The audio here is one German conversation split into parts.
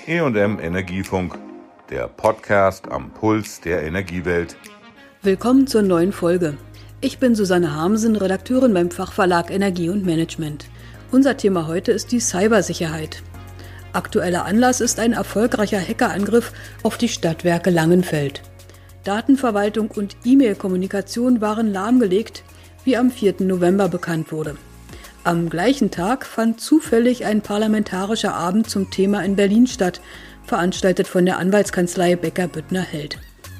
E&M Energiefunk, der Podcast am Puls der Energiewelt. Willkommen zur neuen Folge. Ich bin Susanne Harmsen, Redakteurin beim Fachverlag Energie und Management. Unser Thema heute ist die Cybersicherheit. Aktueller Anlass ist ein erfolgreicher Hackerangriff auf die Stadtwerke Langenfeld. Datenverwaltung und E-Mail-Kommunikation waren lahmgelegt, wie am 4. November bekannt wurde. Am gleichen Tag fand zufällig ein parlamentarischer Abend zum Thema in Berlin statt, veranstaltet von der Anwaltskanzlei Becker Büttner Held.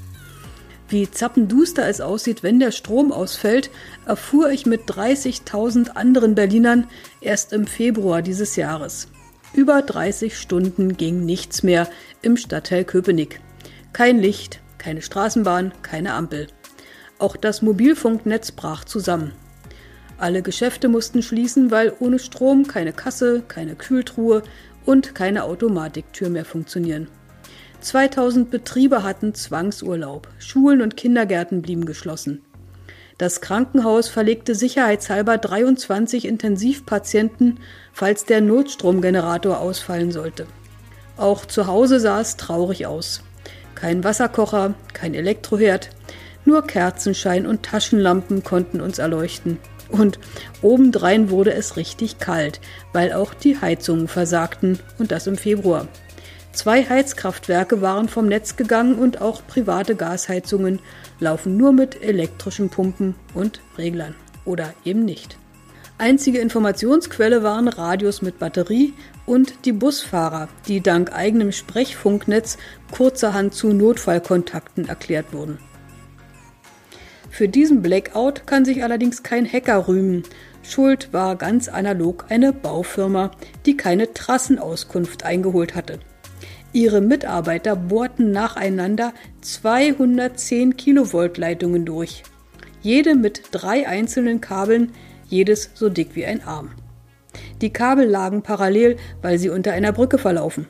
Wie zappenduster es aussieht, wenn der Strom ausfällt, erfuhr ich mit 30.000 anderen Berlinern erst im Februar dieses Jahres. Über 30 Stunden ging nichts mehr im Stadtteil Köpenick. Kein Licht, keine Straßenbahn, keine Ampel. Auch das Mobilfunknetz brach zusammen. Alle Geschäfte mussten schließen, weil ohne Strom keine Kasse, keine Kühltruhe und keine Automatiktür mehr funktionieren. 2000 Betriebe hatten Zwangsurlaub, Schulen und Kindergärten blieben geschlossen. Das Krankenhaus verlegte sicherheitshalber 23 Intensivpatienten, falls der Notstromgenerator ausfallen sollte. Auch zu Hause sah es traurig aus. Kein Wasserkocher, kein Elektroherd, nur Kerzenschein und Taschenlampen konnten uns erleuchten. Und obendrein wurde es richtig kalt, weil auch die Heizungen versagten, und das im Februar. 2 Heizkraftwerke waren vom Netz gegangen und auch private Gasheizungen laufen nur mit elektrischen Pumpen und Reglern. Oder eben nicht. Einzige Informationsquelle waren Radios mit Batterie und die Busfahrer, die dank eigenem Sprechfunknetz kurzerhand zu Notfallkontakten erklärt wurden. Für diesen Blackout kann sich allerdings kein Hacker rühmen. Schuld war ganz analog eine Baufirma, die keine Trassenauskunft eingeholt hatte. Ihre Mitarbeiter bohrten nacheinander 210 Kilovolt-Leitungen durch. Jede mit 3 einzelnen Kabeln, jedes so dick wie ein Arm. Die Kabel lagen parallel, weil sie unter einer Brücke verlaufen.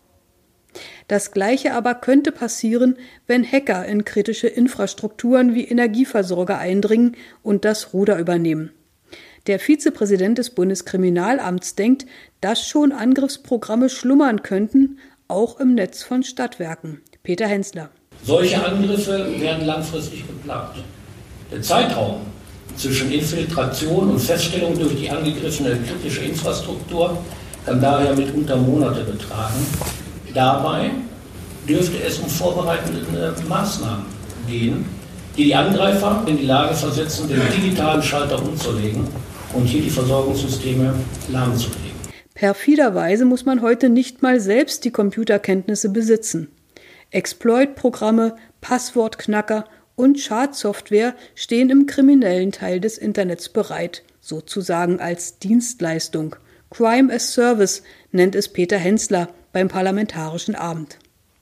Das Gleiche aber könnte passieren, wenn Hacker in kritische Infrastrukturen wie Energieversorger eindringen und das Ruder übernehmen. Der Vizepräsident des Bundeskriminalamts denkt, dass schon Angriffsprogramme schlummern könnten, auch im Netz von Stadtwerken. Peter Hensler. Solche Angriffe werden langfristig geplant. Der Zeitraum zwischen Infiltration und Feststellung durch die angegriffene kritische Infrastruktur kann daher mitunter Monate betragen. Dabei dürfte es um vorbereitende Maßnahmen gehen, die die Angreifer in die Lage versetzen, den digitalen Schalter umzulegen und hier die Versorgungssysteme lahmzulegen. Perfiderweise muss man heute nicht mal selbst die Computerkenntnisse besitzen. Exploit-Programme, Passwortknacker und Schadsoftware stehen im kriminellen Teil des Internets bereit, sozusagen als Dienstleistung. Crime as Service nennt es Peter Hensler beim Parlamentarischen Abend.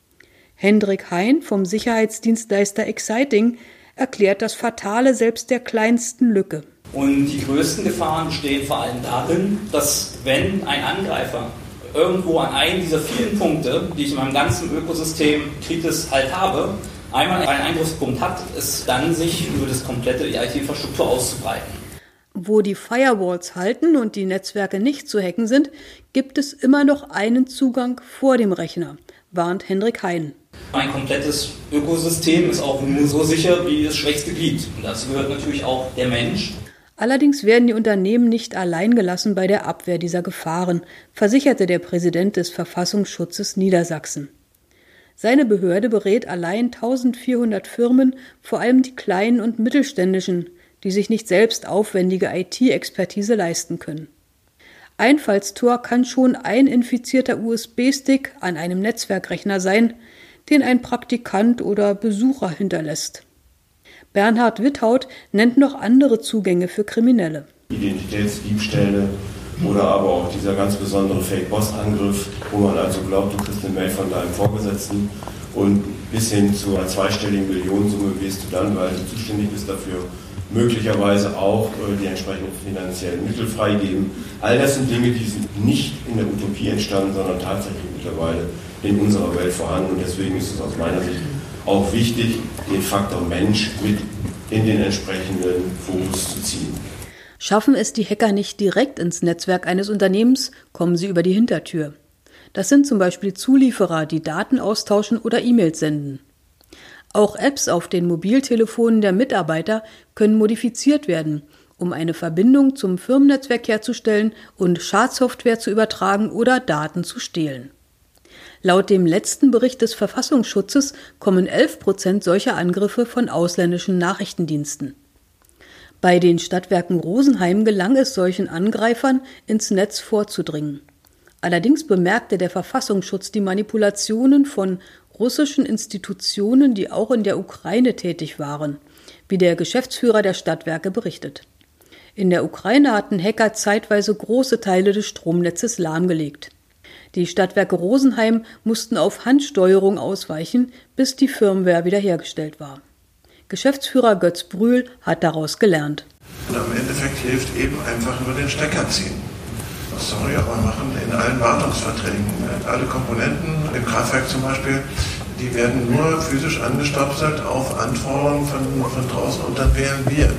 Hendrik Hein vom Sicherheitsdienstleister Exciting erklärt das Fatale selbst der kleinsten Lücke. Und die größten Gefahren bestehen vor allem darin, dass wenn ein Angreifer irgendwo an einen dieser vielen Punkte, die ich in meinem ganzen Ökosystem kritisch halt habe, einmal einen Eingriffspunkt hat, es dann sich über das komplette IT-Infrastruktur auszubreiten. Wo die Firewalls halten und die Netzwerke nicht zu hacken sind, gibt es immer noch einen Zugang vor dem Rechner, warnt Hendrik Hein. Ein komplettes Ökosystem ist auch nur so sicher wie das schwächste Glied. Und dazu gehört natürlich auch der Mensch. Allerdings werden die Unternehmen nicht allein gelassen bei der Abwehr dieser Gefahren, versicherte der Präsident des Verfassungsschutzes Niedersachsen. Seine Behörde berät allein 1400 Firmen, vor allem die kleinen und mittelständischen, die sich nicht selbst aufwendige IT-Expertise leisten können. Einfallstor kann schon ein infizierter USB-Stick an einem Netzwerkrechner sein, den ein Praktikant oder Besucher hinterlässt. Bernhard Witthaut nennt noch andere Zugänge für Kriminelle. Identitätsdiebstähle oder aber auch dieser ganz besondere Fake-Boss-Angriff, wo man also glaubt, du kriegst eine Mail von deinem Vorgesetzten und bis hin zu einer zweistelligen Millionensumme wirst du dann, weil du zuständig bist dafür, möglicherweise auch die entsprechenden finanziellen Mittel freigeben. All das sind Dinge, die sind nicht in der Utopie entstanden, sondern tatsächlich mittlerweile in unserer Welt vorhanden. Und deswegen ist es aus meiner Sicht auch wichtig, den Faktor Mensch mit in den entsprechenden Fokus zu ziehen. Schaffen es die Hacker nicht direkt ins Netzwerk eines Unternehmens, kommen sie über die Hintertür. Das sind zum Beispiel Zulieferer, die Daten austauschen oder E-Mails senden. Auch Apps auf den Mobiltelefonen der Mitarbeiter können modifiziert werden, um eine Verbindung zum Firmennetzwerk herzustellen und Schadsoftware zu übertragen oder Daten zu stehlen. Laut dem letzten Bericht des Verfassungsschutzes kommen 11% solcher Angriffe von ausländischen Nachrichtendiensten. Bei den Stadtwerken Rosenheim gelang es solchen Angreifern, ins Netz vorzudringen. Allerdings bemerkte der Verfassungsschutz die Manipulationen von russischen Institutionen, die auch in der Ukraine tätig waren, wie der Geschäftsführer der Stadtwerke berichtet. In der Ukraine hatten Hacker zeitweise große Teile des Stromnetzes lahmgelegt. Die Stadtwerke Rosenheim mussten auf Handsteuerung ausweichen, bis die Firmware wiederhergestellt war. Geschäftsführer Götz Brühl hat daraus gelernt. Und am Endeffekt hilft eben einfach nur den Stecker ziehen. Sorry, aber machen in allen Wartungsverträgen. Alle Komponenten, im Kraftwerk zum Beispiel, die werden nur physisch angestöpselt auf Anforderungen von draußen und dann wählen wir.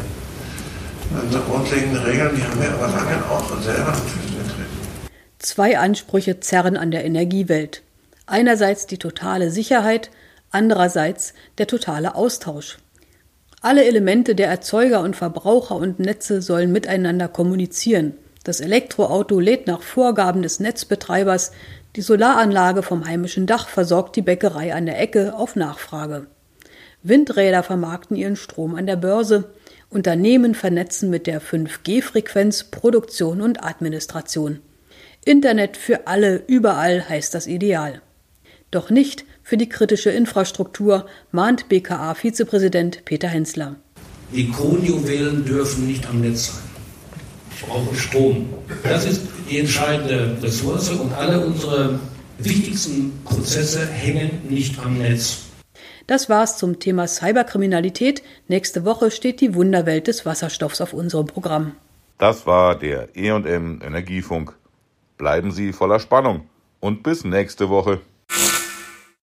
Also grundlegende Regeln, die haben wir aber lange auch selber mit Füßen getreten. 2 Ansprüche zerren an der Energiewelt. Einerseits die totale Sicherheit, andererseits der totale Austausch. Alle Elemente der Erzeuger und Verbraucher und Netze sollen miteinander kommunizieren. Das Elektroauto lädt nach Vorgaben des Netzbetreibers, die Solaranlage vom heimischen Dach versorgt die Bäckerei an der Ecke auf Nachfrage. Windräder vermarkten ihren Strom an der Börse, Unternehmen vernetzen mit der 5G-Frequenz Produktion und Administration. Internet für alle, überall heißt das Ideal. Doch nicht für die kritische Infrastruktur, mahnt BKA-Vizepräsident Peter Hensler. Die Kronjuwelen dürfen nicht am Netz sein. Ich brauche Strom. Das ist die entscheidende Ressource und alle unsere wichtigsten Prozesse hängen nicht am Netz. Das war's zum Thema Cyberkriminalität. Nächste Woche steht die Wunderwelt des Wasserstoffs auf unserem Programm. Das war der E&M Energiefunk. Bleiben Sie voller Spannung und bis nächste Woche.